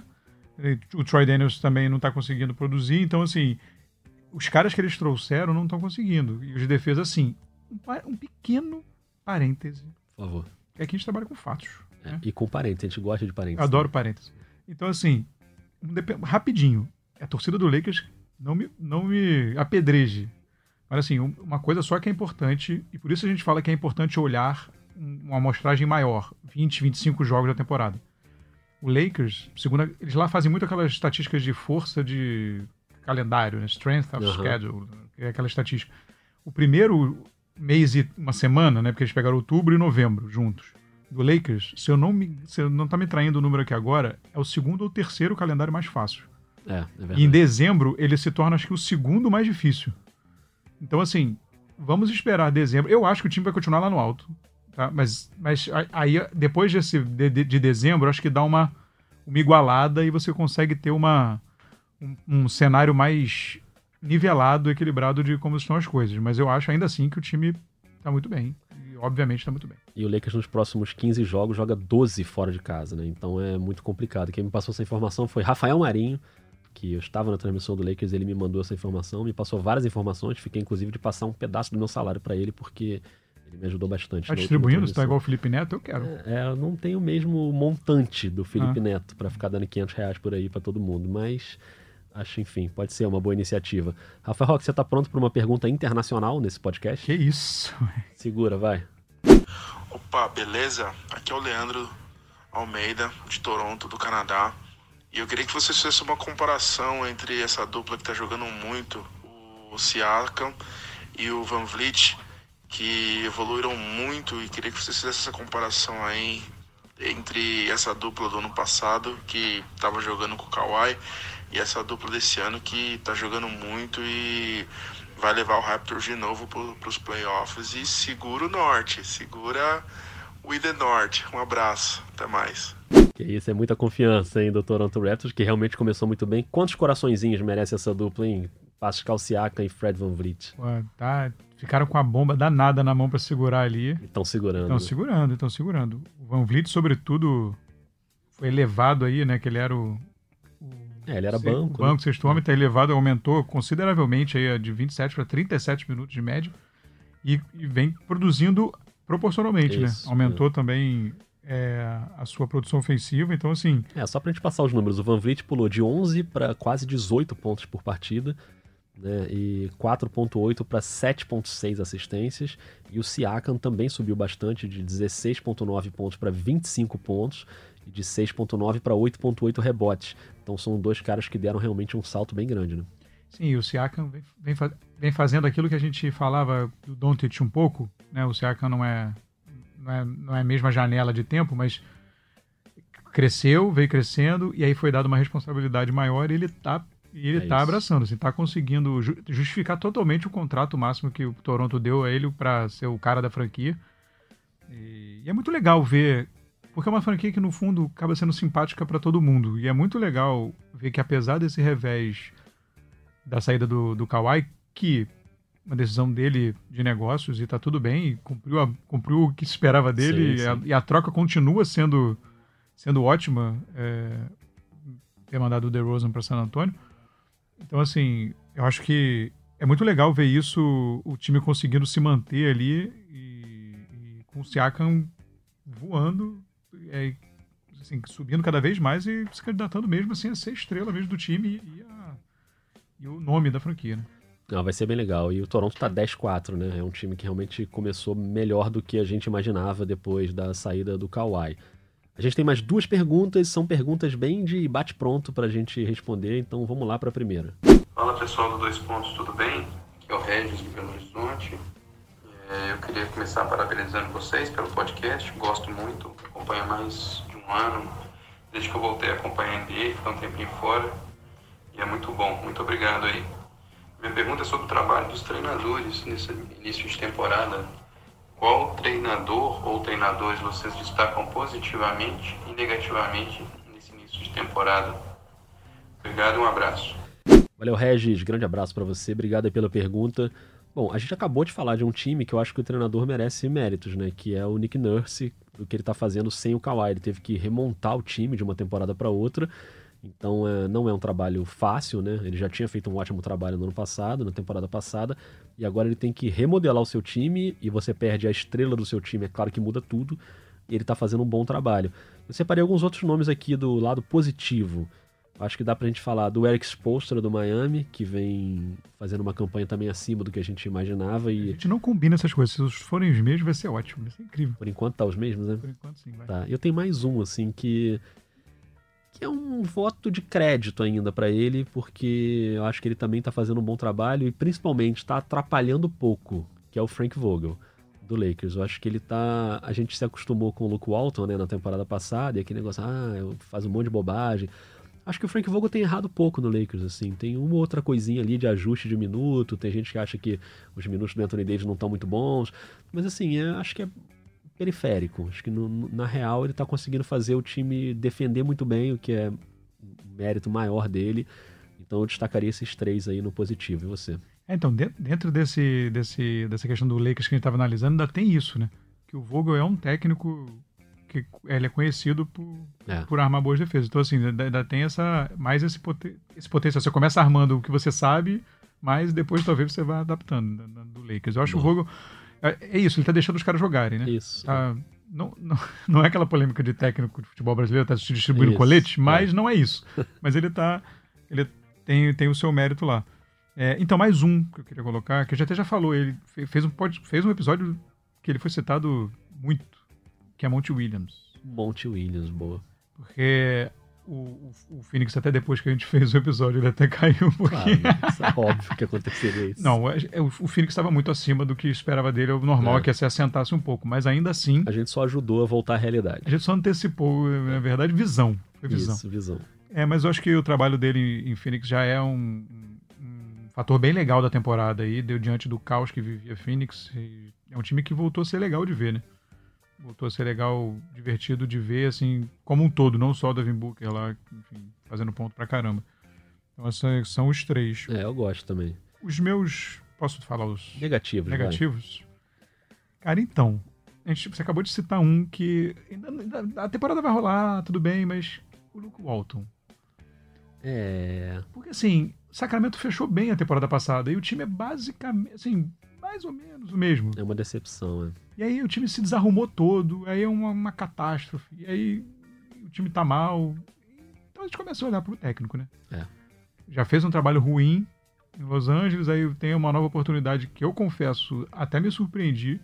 Speaker 2: O Troy Daniels também não está conseguindo produzir. Então, assim, os caras que eles trouxeram não estão conseguindo. E os de defesa, assim, um pequeno parêntese.
Speaker 1: Por favor.
Speaker 2: É que a gente trabalha com fatos. Né?
Speaker 1: E com parênteses. A gente gosta de parênteses.
Speaker 2: Adoro parênteses. Então, assim, rapidinho. A torcida do Lakers não me apedreje. Mas, assim, uma coisa só que é importante, e por isso a gente fala que é importante olhar uma amostragem maior, 20, 25 jogos da temporada. O Lakers, eles lá fazem muito aquelas estatísticas de força de calendário, né? Strength of schedule, que é aquela estatística. O primeiro mês e uma semana, né? Porque eles pegaram outubro e novembro juntos, do Lakers, se eu não tá me traindo o número aqui agora, é o segundo ou terceiro calendário mais fácil.
Speaker 1: É verdade.
Speaker 2: E em dezembro, ele se torna, acho que, o segundo mais difícil. Então, assim, vamos esperar dezembro. Eu acho que o time vai continuar lá no alto. Tá? Mas aí, depois de dezembro, acho que dá uma igualada e você consegue ter um cenário mais nivelado, equilibrado de como estão as coisas. Mas eu acho ainda assim que o time está muito bem. E obviamente está muito bem.
Speaker 1: E o Lakers nos próximos 15 jogos joga 12 fora de casa, né? Então é muito complicado. Quem me passou essa informação foi Rafael Marinho, que eu estava na transmissão do Lakers, ele me mandou essa informação, me passou várias informações, fiquei inclusive de passar um pedaço do meu salário para ele, porque... ele me ajudou bastante.
Speaker 2: Tá distribuindo? Você tá igual o Felipe Neto? Eu quero.
Speaker 1: Eu não tenho o mesmo montante do Felipe Neto para ficar dando R$500 por aí para todo mundo, mas acho, enfim, pode ser uma boa iniciativa. Rafael Roque, você tá pronto para uma pergunta internacional nesse podcast?
Speaker 2: Que isso?
Speaker 1: Segura, vai.
Speaker 4: Opa, beleza? Aqui é o Leandro Almeida, de Toronto, do Canadá. E eu queria que você fizesse uma comparação entre essa dupla que tá jogando muito, o Siakam e o Van Vliet, que evoluíram muito, e queria que você fizesse essa comparação aí entre essa dupla do ano passado, que estava jogando com o Kawhi, e essa dupla desse ano que está jogando muito e vai levar o Raptors de novo para os playoffs. E segura o Norte, segura o the Norte. Um abraço, até mais.
Speaker 1: Que isso, é muita confiança, hein, do Toronto Raptors, que realmente começou muito bem. Quantos coraçõezinhos merece essa dupla, hein? Pascal Siakam e Fred VanVleet.
Speaker 2: Tá, ficaram com a bomba danada na mão para segurar ali.
Speaker 1: Estão segurando.
Speaker 2: Estão segurando. O VanVleet, sobretudo, foi elevado aí, né? Que ele era
Speaker 1: ele era banco.
Speaker 2: O banco, sexto homem, tá elevado, aumentou consideravelmente aí de 27 para 37 minutos de média e vem produzindo proporcionalmente, isso, né? Aumentou também a sua produção ofensiva, então assim...
Speaker 1: Só pra gente passar os números, o VanVleet pulou de 11 para quase 18 pontos por partida, né, e 4.8 para 7.6 assistências, e o Siakam também subiu bastante, de 16.9 pontos para 25 pontos, e de 6.9 para 8.8 rebotes. Então são dois caras que deram realmente um salto bem grande, né?
Speaker 2: Sim, e o Siakam vem fazendo aquilo que a gente falava do Doncic um pouco, né? O Siakam não é a mesma janela de tempo, mas veio crescendo, e aí foi dada uma responsabilidade maior, e ele tá abraçando, assim, tá conseguindo justificar totalmente o contrato máximo que o Toronto deu a ele para ser o cara da franquia. E é muito legal ver, porque é uma franquia que no fundo acaba sendo simpática para todo mundo, e é muito legal ver que apesar desse revés da saída do Kawhi, que uma decisão dele de negócios e está tudo bem, e cumpriu o que se esperava dele,
Speaker 1: sim.
Speaker 2: E a troca continua sendo ótima, ter mandado o DeRozan para San Antonio. Então, assim, eu acho que é muito legal ver isso, o time conseguindo se manter ali e com o Siakam voando, assim, subindo cada vez mais e se candidatando mesmo assim, a ser estrela mesmo do time e o nome da franquia, né?
Speaker 1: Não, vai ser bem legal. E o Toronto tá 10-4, né? É um time que realmente começou melhor do que a gente imaginava depois da saída do Kawhi. A gente tem mais 2 perguntas, são perguntas bem de bate-pronto pra gente responder, então vamos lá pra primeira.
Speaker 4: Fala pessoal do 2 Pontos, tudo bem? Aqui é o Regis de Belo Horizonte. Eu queria começar parabenizando vocês pelo podcast, gosto muito, acompanho há mais de um ano, desde que eu voltei a acompanhar a NBA, fiquei um tempinho fora, e é muito bom, muito obrigado aí. Minha pergunta é sobre o trabalho dos treinadores nesse início de temporada. Qual treinador ou treinadores vocês destacam positivamente e negativamente nesse início de temporada? Obrigado e um abraço.
Speaker 1: Valeu, Regis. Grande abraço pra você. Obrigado aí pela pergunta. Bom, a gente acabou de falar de um time que eu acho que o treinador merece méritos, né? Que é o Nick Nurse, do que ele tá fazendo sem o Kawhi. Ele teve que remontar o time de uma temporada para outra. Então, não é um trabalho fácil, né? Ele já tinha feito um ótimo trabalho no ano passado, na temporada passada, e agora ele tem que remodelar o seu time, e você perde a estrela do seu time, é claro que muda tudo, e ele tá fazendo um bom trabalho. Eu separei alguns outros nomes aqui do lado positivo. Acho que dá pra gente falar do Eric Spoelstra do Miami, que vem fazendo uma campanha também acima do que a gente imaginava. E
Speaker 2: a gente não combina essas coisas. Se forem os mesmos, vai ser ótimo. Vai ser incrível.
Speaker 1: Por enquanto tá os mesmos, né?
Speaker 2: Por enquanto sim, vai.
Speaker 1: Tá. Eu tenho mais um, assim, que é um voto de crédito ainda pra ele, porque eu acho que ele também tá fazendo um bom trabalho e principalmente tá atrapalhando pouco, que é o Frank Vogel, do Lakers. Eu acho que ele tá... A gente se acostumou com o Luke Walton, né, na temporada passada, e aquele negócio, faz um monte de bobagem. Acho que o Frank Vogel tem errado pouco no Lakers, assim. Tem uma outra coisinha ali de ajuste de minuto, tem gente que acha que os minutos do Anthony Davis não estão muito bons, mas assim, acho que é periférico. Acho que na real ele tá conseguindo fazer o time defender muito bem, o que é um mérito maior dele. Então eu destacaria esses 3 aí no positivo. E você?
Speaker 2: Então, dentro dessa questão do Lakers que a gente estava analisando, ainda tem isso, né? Que o Vogel é um técnico que ele é conhecido por armar boas defesas. Então, assim, ainda tem esse potencial. Você começa armando o que você sabe, mas depois talvez você vá adaptando do Lakers. Eu acho o Vogel... É isso, ele tá deixando os caras jogarem, né?
Speaker 1: Isso.
Speaker 2: Não é aquela polêmica de técnico de futebol brasileiro, tá se distribuindo colete, mas não é isso. Mas ele tem o seu mérito lá. Então, mais um que eu queria colocar, que a gente até já falou, ele fez um episódio que ele foi citado muito, que é Monty Williams.
Speaker 1: Monty Williams, boa.
Speaker 2: Porque o Phoenix, até depois que a gente fez o episódio, ele até caiu um pouquinho.
Speaker 1: Claro, é óbvio que aconteceria isso.
Speaker 2: Não, o Phoenix estava muito acima do que esperava dele. O normal é que se assentasse um pouco, mas ainda assim...
Speaker 1: A gente só ajudou a voltar à realidade.
Speaker 2: A gente só antecipou, na verdade, visão. Foi visão.
Speaker 1: Isso, visão.
Speaker 2: Mas eu acho que o trabalho dele em Phoenix já é um fator bem legal da temporada aí, deu diante do caos que vivia Phoenix. E é um time que voltou a ser legal de ver, né? Voltou a ser legal, divertido de ver, assim, como um todo, não só o Devin Booker lá, enfim, fazendo ponto pra caramba. Então, esses são os 3.
Speaker 1: Eu gosto também.
Speaker 2: Os meus... Posso falar os...
Speaker 1: Negativos.
Speaker 2: Cara, então, você acabou de citar um que... A temporada vai rolar, tudo bem, mas o Luke Walton. Porque, assim, Sacramento fechou bem a temporada passada e o time é basicamente, assim, mais ou menos o mesmo.
Speaker 1: É uma decepção,
Speaker 2: E aí o time se desarrumou todo, aí é uma catástrofe, e aí o time tá mal. Então a gente começou a olhar pro técnico, né? Já fez um trabalho ruim em Los Angeles, aí tem uma nova oportunidade que eu confesso, até me surpreendi.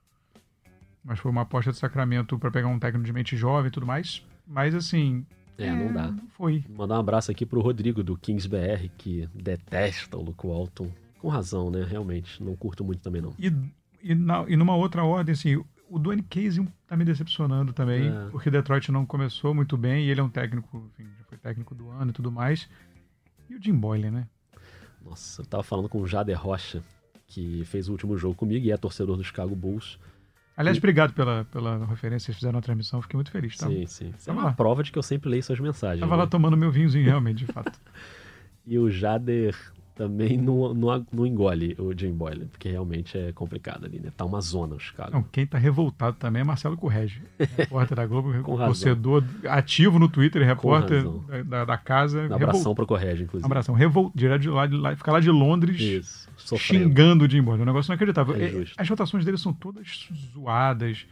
Speaker 2: Mas foi uma aposta de Sacramento para pegar um técnico de mente jovem e tudo mais. Mas assim...
Speaker 1: não dá.
Speaker 2: Foi.
Speaker 1: Vou mandar um abraço aqui pro Rodrigo do Kings BR, que detesta o Luke Walton. Com razão, né? Realmente. Não curto muito também, não.
Speaker 2: E numa outra ordem, assim, o Dwayne Casey tá me decepcionando também, porque Detroit não começou muito bem, e ele é um técnico, enfim, já foi técnico do ano e tudo mais. E o Jim Boylan, né?
Speaker 1: Nossa, eu tava falando com o Jader Rocha, que fez o último jogo comigo e é torcedor do Chicago Bulls.
Speaker 2: Aliás, obrigado pela referência que vocês fizeram na transmissão, fiquei muito feliz. Tá?
Speaker 1: Sim. É uma prova de que eu sempre leio suas mensagens.
Speaker 2: Tava lá tomando meu vinhozinho, realmente, de fato.
Speaker 1: E o Jader também não engole o Jim Boylan, porque realmente é complicado ali, né? Tá uma zona, Chicago.
Speaker 2: Não, quem tá revoltado também é Marcelo Correge, repórter da Globo, torcedor ativo no Twitter, repórter da casa.
Speaker 1: Um abração pro Correge, inclusive. Um
Speaker 2: abração. Direto de lá, fica lá de Londres.
Speaker 1: Isso.
Speaker 2: Xingando o Jim Boylan. É um negócio inacreditável. As rotações dele são todas zoadas.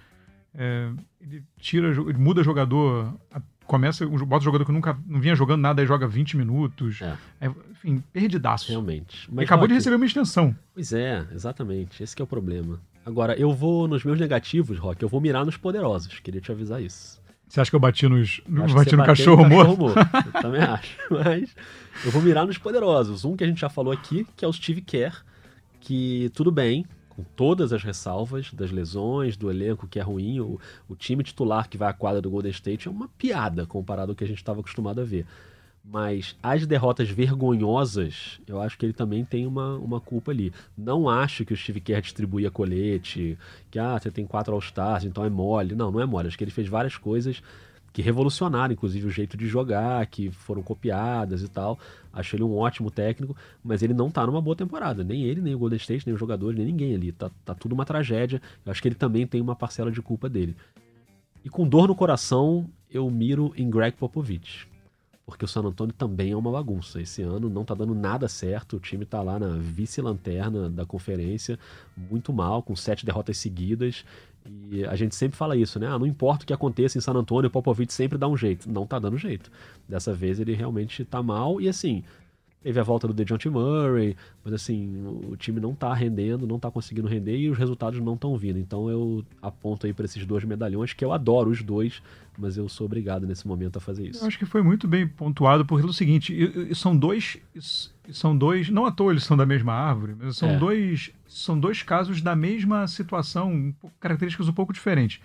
Speaker 2: Ele ele muda jogador, bota o jogador que nunca não vinha jogando nada e joga 20 minutos. Enfim, perdidaço.
Speaker 1: Realmente.
Speaker 2: Mas, acabou de receber uma extensão.
Speaker 1: Pois é, exatamente. Esse que é o problema. Agora, eu vou nos meus negativos, Rock, eu vou mirar nos poderosos. Queria te avisar isso.
Speaker 2: Você acha que eu bati no cachorro morto?
Speaker 1: Eu também acho. Mas eu vou mirar nos poderosos. Um que a gente já falou aqui, que é o Steve Kerr, que tudo bem, com todas as ressalvas das lesões, do elenco que é ruim, o time titular que vai à quadra do Golden State é uma piada comparado ao que a gente estava acostumado a ver. Mas as derrotas vergonhosas, eu acho que ele também tem uma culpa ali. Não acho que o Steve Kerr distribuía colete, que você tem 4 All-Stars, então é mole. Não é mole. Acho que ele fez várias coisas que revolucionaram, inclusive, o jeito de jogar, que foram copiadas e tal. Acho ele um ótimo técnico, mas ele não tá numa boa temporada. Nem ele, nem o Golden State, nem os jogadores, nem ninguém ali. Tá tudo uma tragédia. Eu acho que ele também tem uma parcela de culpa dele. E com dor no coração, eu miro em Greg Popovich. Porque o San Antonio também é uma bagunça. Esse ano não tá dando nada certo. O time tá lá na vice-lanterna da conferência, muito mal, com 7 derrotas seguidas. E a gente sempre fala isso, né? Não importa o que aconteça em San Antonio, o Popovich sempre dá um jeito. Não tá dando jeito. Dessa vez ele realmente tá mal. E assim, teve a volta do DeJounte Murray, mas assim, o time não tá rendendo, não tá conseguindo render e os resultados não estão vindo. Então eu aponto aí para esses 2 medalhões, que eu adoro os dois, mas eu sou obrigado nesse momento a fazer isso.
Speaker 2: Eu acho que foi muito bem pontuado, porque é o seguinte, são dois, não à toa eles são da mesma árvore, mas são dois casos da mesma situação, características um pouco diferentes.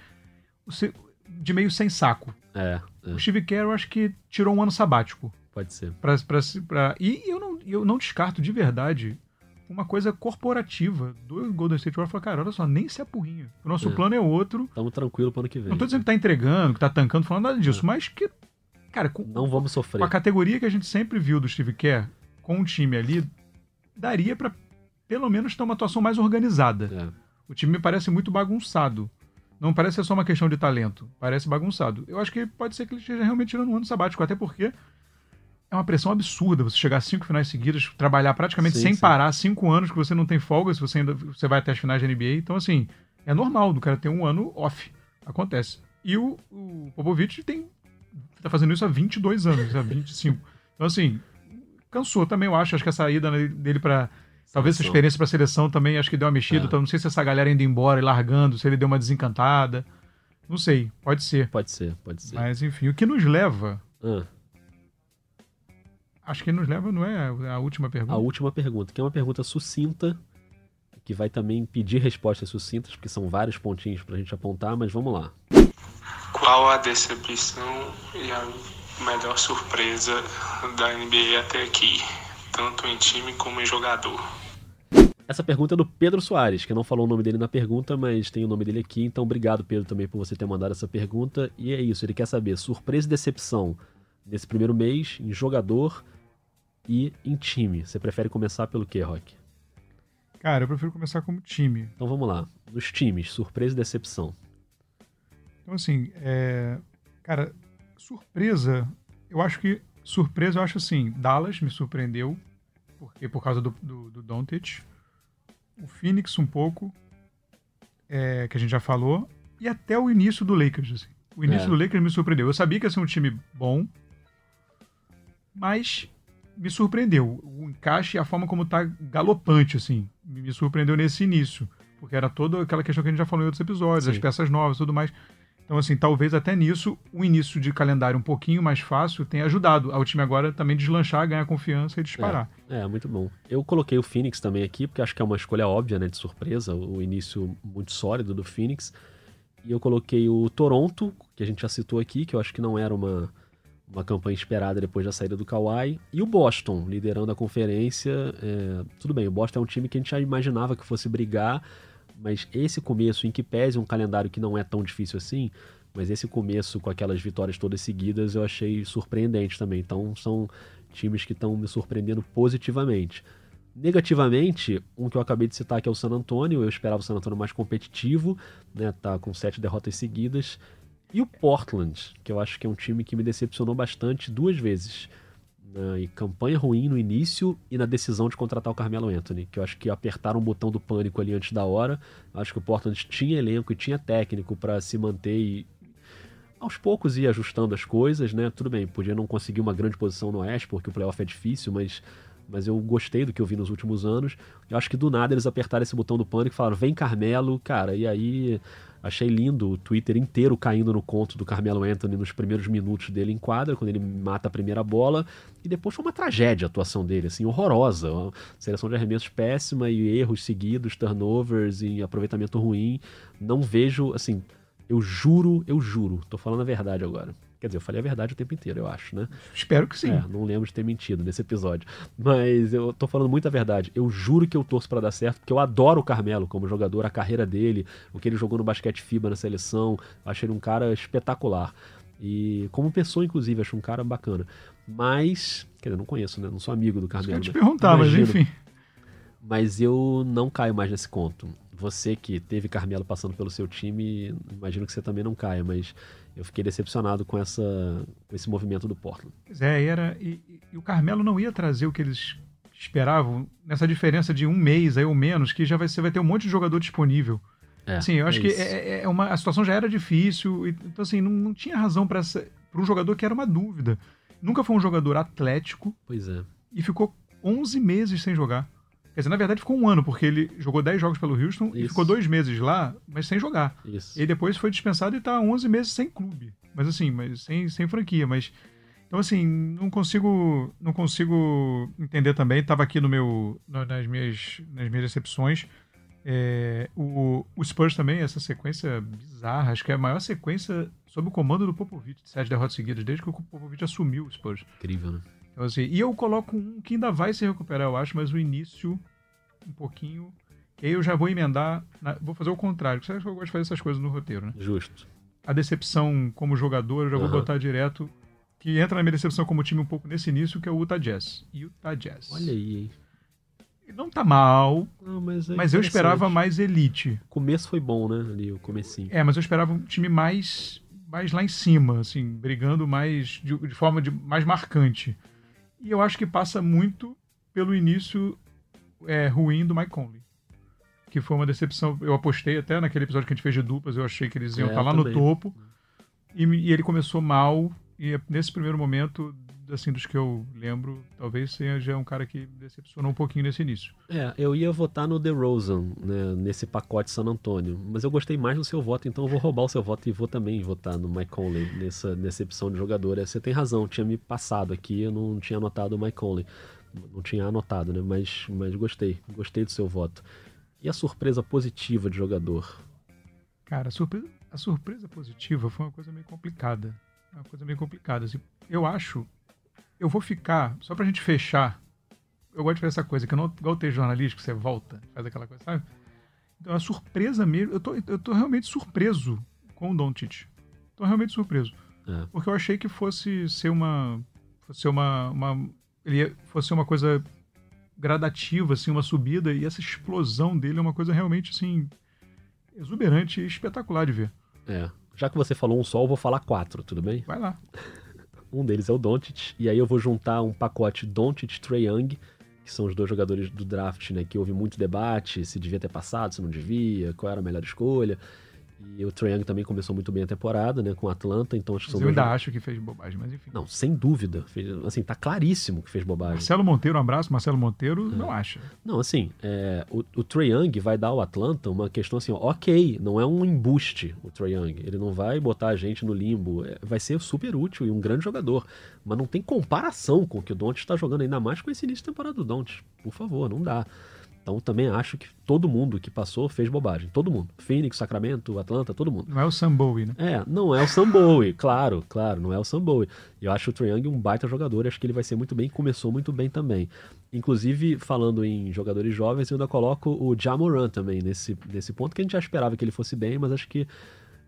Speaker 2: De meio sem saco. O Steve Kerr, eu acho que tirou um ano sabático.
Speaker 1: Pode ser.
Speaker 2: E eu não descarto de verdade uma coisa corporativa do Golden State Warriors. Falar, cara, olha só, nem se apurrinha. O nosso plano é outro.
Speaker 1: Estamos tranquilos para o ano que vem.
Speaker 2: Não tô dizendo que tá entregando, que tá tancando, falando nada disso, mas que, cara,
Speaker 1: não vamos sofrer.
Speaker 2: Com a categoria que a gente sempre viu do Steve Kerr, com o time ali, daria para pelo menos ter uma atuação mais organizada. O time me parece muito bagunçado. Não parece ser só uma questão de talento. Parece bagunçado. Eu acho que pode ser que ele esteja realmente tirando um ano sabático, até porque é uma pressão absurda você chegar a 5 finais seguidas, trabalhar praticamente sem parar, 5 anos que você não tem folga, se você vai até as finais da NBA. Então, assim, é normal do cara ter um ano off. Acontece. E o Popovich tá fazendo isso há 22 anos, há 25. Então, assim, cansou também, eu acho. Acho que a saída dele para talvez essa experiência para a seleção também, acho que deu uma mexida. Então, não sei se essa galera indo embora e largando, se ele deu uma desencantada. Não sei, pode ser.
Speaker 1: Pode ser.
Speaker 2: Mas, enfim, o que nos leva... Acho que nos leva, não é a última pergunta?
Speaker 1: A última pergunta, que é uma pergunta sucinta, que vai também pedir respostas sucintas, porque são vários pontinhos pra gente apontar, mas vamos lá.
Speaker 4: Qual a decepção e a melhor surpresa da NBA até aqui, tanto em time como em jogador?
Speaker 1: Essa pergunta é do Pedro Soares, que não falou o nome dele na pergunta, mas tem o nome dele aqui, então obrigado, Pedro, também por você ter mandado essa pergunta. E é isso, ele quer saber surpresa e decepção nesse primeiro mês, em jogador e em time. Você prefere começar pelo quê, Rock?
Speaker 2: Cara, eu prefiro começar como time.
Speaker 1: Então vamos lá. Nos times, surpresa e decepção.
Speaker 2: Então assim, cara, surpresa, eu acho assim, Dallas me surpreendeu, porque por causa do Doncic, o Phoenix um pouco, que a gente já falou, e até o início do Lakers, assim. O início do Lakers me surpreendeu. Eu sabia que ia ser um time bom, mas me surpreendeu. O encaixe e a forma como tá galopante, assim, me surpreendeu nesse início. Porque era toda aquela questão que a gente já falou em outros episódios, as peças novas e tudo mais. Então, assim, talvez até nisso, o início de calendário um pouquinho mais fácil tenha ajudado ao time agora também deslanchar, ganhar confiança e disparar.
Speaker 1: Muito bom. Eu coloquei o Phoenix também aqui, porque acho que é uma escolha óbvia, né, de surpresa, o início muito sólido do Phoenix. E eu coloquei o Toronto, que a gente já citou aqui, que eu acho que não era uma campanha esperada depois da saída do Kawhi. E o Boston, liderando a conferência. Tudo bem, o Boston é um time que a gente já imaginava que fosse brigar, mas esse começo, em que pese um calendário que não é tão difícil assim, mas esse começo com aquelas vitórias todas seguidas eu achei surpreendente também. Então são times que estão me surpreendendo positivamente. Negativamente, um que eu acabei de citar, que é o San Antonio. Eu esperava o San Antonio mais competitivo, né? Tá com 7 derrotas seguidas. E o Portland, que eu acho que é um time que me decepcionou bastante 2 vezes. E campanha ruim no início e na decisão de contratar o Carmelo Anthony, que eu acho que apertaram o botão do pânico ali antes da hora. Eu acho que o Portland tinha elenco e tinha técnico para se manter e aos poucos ir ajustando as coisas, né? Tudo bem, podia não conseguir uma grande posição no Oeste, porque o playoff é difícil, mas eu gostei do que eu vi nos últimos anos. Eu acho que do nada eles apertaram esse botão do pânico e falaram, vem Carmelo, cara, e aí achei lindo o Twitter inteiro caindo no conto do Carmelo Anthony nos primeiros minutos dele em quadra, quando ele mata a primeira bola, e depois foi uma tragédia a atuação dele, assim, horrorosa, uma seleção de arremessos péssima e erros seguidos, turnovers e aproveitamento ruim. Não vejo, assim, eu juro, tô falando a verdade agora. Quer dizer, eu falei a verdade o tempo inteiro, eu acho, né?
Speaker 2: Espero que sim.
Speaker 1: Não lembro de ter mentido nesse episódio. Mas eu tô falando muita verdade. Eu juro que eu torço pra dar certo, porque eu adoro o Carmelo como jogador, a carreira dele, o que ele jogou no basquete FIBA na seleção. Acho ele um cara espetacular. E como pessoa, inclusive, acho um cara bacana. Mas, quer dizer, não conheço, né? Não sou amigo do Carmelo.
Speaker 2: Eu ia te perguntar, mas enfim.
Speaker 1: Mas eu não caio mais nesse conto. Você que teve Carmelo passando pelo seu time, imagino que você também não caia, mas eu fiquei decepcionado com esse movimento do Portland.
Speaker 2: Pois é, e o Carmelo não ia trazer o que eles esperavam, nessa diferença de um mês aí ou menos, que você vai ter um monte de jogador disponível. Assim, eu acho que a situação já era difícil, então assim, não tinha razão para um jogador que era uma dúvida. Nunca foi um jogador atlético.
Speaker 1: Pois é.
Speaker 2: E ficou 11 meses sem jogar. Quer dizer, na verdade ficou 1 ano, porque ele jogou 10 jogos pelo Houston e ficou 2 meses lá, mas sem jogar.
Speaker 1: Isso.
Speaker 2: E depois foi dispensado e tá 11 meses sem clube. Mas assim, sem franquia. Então assim, não consigo entender também. Tava aqui nas minhas decepções. O Spurs também, essa sequência bizarra. Acho que é a maior sequência sob o comando do Popovich, de 7 derrotas seguidas, desde que o Popovich assumiu o Spurs.
Speaker 1: Incrível, né?
Speaker 2: Então, assim, e eu coloco um que ainda vai se recuperar, eu acho, mas o início um pouquinho. E aí eu já vou emendar. Vou fazer o contrário. Você sabe que eu gosto de fazer essas coisas no roteiro, né?
Speaker 1: Justo.
Speaker 2: A decepção como jogador, eu já vou botar direto. Que entra na minha decepção como time um pouco nesse início, que é o Utah Jazz. Utah Jazz.
Speaker 1: Olha aí, hein?
Speaker 2: Não tá mal,
Speaker 1: não,
Speaker 2: mas eu esperava mais elite.
Speaker 1: O começo foi bom, né? Ali, o comecinho.
Speaker 2: Mas eu esperava um time mais lá em cima, assim, brigando mais de forma mais marcante. E eu acho que passa muito pelo início ruim do Mike Conley. Que foi uma decepção. Eu apostei até naquele episódio que a gente fez de duplas, eu achei que eles iam estar lá no topo. E ele começou mal. E nesse primeiro momento, assim, dos que eu lembro, talvez seja um cara que decepcionou um pouquinho nesse início.
Speaker 1: Eu ia votar no DeRozan, né, nesse pacote San Antonio. Mas eu gostei mais do seu voto, então eu vou roubar o seu voto e vou também votar no Mike Conley nessa decepção de jogador. Você tem razão, tinha me passado aqui, eu não tinha anotado o Mike Conley. Não tinha anotado, né? Mas gostei do seu voto. E a surpresa positiva de jogador?
Speaker 2: Cara, a surpresa positiva foi uma coisa meio complicada. Assim, eu vou ficar, só pra gente fechar, eu gosto de fazer essa coisa, que eu não igual o texto jornalístico, você volta, faz aquela coisa, sabe? Então a surpresa mesmo, eu tô realmente surpreso com o Doncic. Tô realmente surpreso. Porque eu achei que fosse uma coisa gradativa, assim, uma subida, e essa explosão dele é uma coisa realmente, assim, exuberante e espetacular de ver.
Speaker 1: Já que você falou um só, eu vou falar 4, tudo bem?
Speaker 2: Vai lá.
Speaker 1: Um deles é o Doncic, e aí eu vou juntar um pacote Doncic, Trae Young, que são os 2 jogadores do draft, né, que houve muito debate, se devia ter passado, se não devia, qual era a melhor escolha. E o Trae Young também começou muito bem a temporada, né, com o Atlanta, então acho que são
Speaker 2: eu ainda acho que fez bobagem, mas enfim.
Speaker 1: Não, sem dúvida. Assim, tá claríssimo que fez bobagem.
Speaker 2: Marcelo Monteiro, um abraço. Marcelo Monteiro não acha.
Speaker 1: Não, assim, o Trae Young vai dar ao Atlanta uma questão assim, ok, não é um embuste o Trae Young. Ele não vai botar a gente no limbo. Vai ser super útil e um grande jogador. Mas não tem comparação com o que o Doncic está jogando, ainda mais com esse início de temporada do Doncic. Por favor, não dá. Então também acho que todo mundo que passou fez bobagem. Todo mundo. Phoenix, Sacramento, Atlanta, todo mundo.
Speaker 2: Não é o Sam Bowie, né?
Speaker 1: Não é o Sam Bowie. Claro, não é o Sam Bowie. Eu acho o Trae Young um baita jogador. Acho que ele vai ser muito bem. Começou muito bem também. Inclusive, falando em jogadores jovens, eu ainda coloco o Ja Morant também nesse ponto, que a gente já esperava que ele fosse bem, mas acho que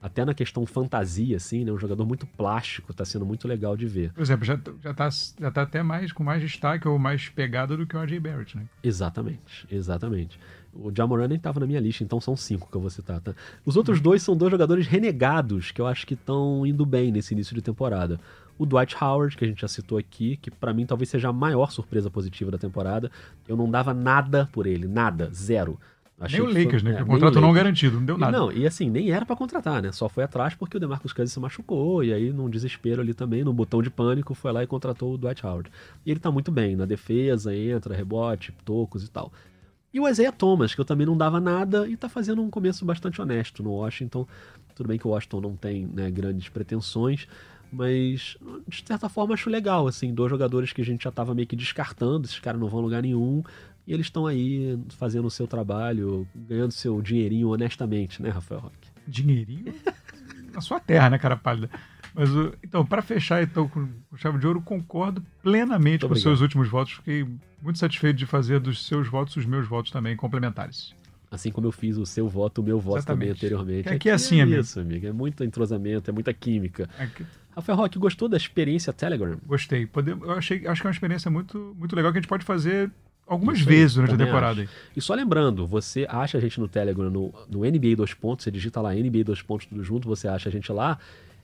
Speaker 1: até na questão fantasia, assim, né? Um jogador muito plástico, tá sendo muito legal de ver.
Speaker 2: Por exemplo, já tá até com mais destaque ou mais pegada do que o R.J. Barrett, né?
Speaker 1: Exatamente. O Ja Morant nem tava na minha lista, então são 5 que eu vou citar, tá? Os outros 2 são 2 jogadores renegados, que eu acho que estão indo bem nesse início de temporada. O Dwight Howard, que a gente já citou aqui, que pra mim talvez seja a maior surpresa positiva da temporada. Eu não dava nada por ele, nada, zero.
Speaker 2: Achei nem o Lakers, né? Que o contrato não garantido, não deu nada.
Speaker 1: Não, e assim, nem era pra contratar, né? Só foi atrás porque o DeMarcus Cousins se machucou, e aí num desespero ali também, num botão de pânico, foi lá e contratou o Dwight Howard. E ele tá muito bem, na defesa, entra, rebote, tocos e tal. E o Isaiah Thomas, que eu também não dava nada, e tá fazendo um começo bastante honesto no Washington. Tudo bem que o Washington não tem, né, grandes pretensões, mas de certa forma acho legal, assim, 2 jogadores que a gente já tava meio que descartando, esses caras não vão a lugar nenhum, e eles estão aí fazendo o seu trabalho, ganhando seu dinheirinho honestamente, né, Rafael Roque?
Speaker 2: Dinheirinho? Na sua terra, né, cara pálida? Mas, então, para fechar então, com chave de ouro, concordo plenamente com os seus últimos votos. Fiquei muito satisfeito de fazer dos seus votos os meus votos também complementares.
Speaker 1: Assim como eu fiz o seu voto, o meu voto também anteriormente.
Speaker 2: Aqui é assim, amigo.
Speaker 1: Isso, amigo. É muito entrosamento, é muita química. Rafael Roque, gostou da experiência Telegram?
Speaker 2: Gostei. Acho que é uma experiência muito, muito legal que a gente pode fazer algumas vezes durante a temporada.
Speaker 1: E só lembrando, você acha a gente no Telegram, no NBA 2 pontos, você digita lá NBA 2 pontos tudo junto, você acha a gente lá.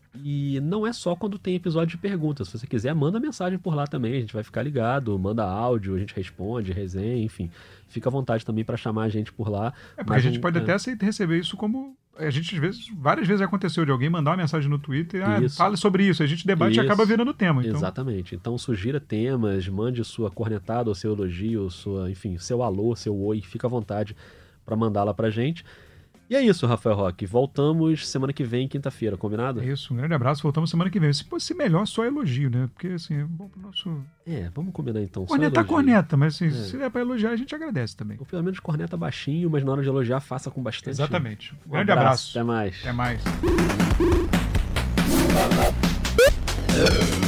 Speaker 1: E não é só quando tem episódio de perguntas. Se você quiser, manda mensagem por lá também. A gente vai ficar ligado, manda áudio, a gente responde, resenha, enfim. Fica à vontade também para chamar a gente por lá.
Speaker 2: Porque a gente pode até receber isso como... A gente, várias vezes aconteceu de alguém mandar uma mensagem no Twitter, fale sobre isso. A gente debate e acaba virando tema. Então...
Speaker 1: Exatamente. Então sugira temas, mande sua cornetada, ou seu elogio, enfim, seu alô, seu oi. Fica à vontade para mandar lá pra gente. E é isso, Rafael Roque. Voltamos semana que vem, quinta-feira, combinado?
Speaker 2: É isso, um grande abraço. Voltamos semana que vem. Se fosse melhor, só elogio, né? Porque, assim, é bom pro nosso...
Speaker 1: vamos combinar então.
Speaker 2: Corneta, mas assim, se é pra elogiar, a gente agradece também.
Speaker 1: Ou pelo menos corneta baixinho, mas na hora de elogiar, faça com bastante.
Speaker 2: Exatamente. Um grande abraço.
Speaker 1: Até mais.
Speaker 2: Até mais.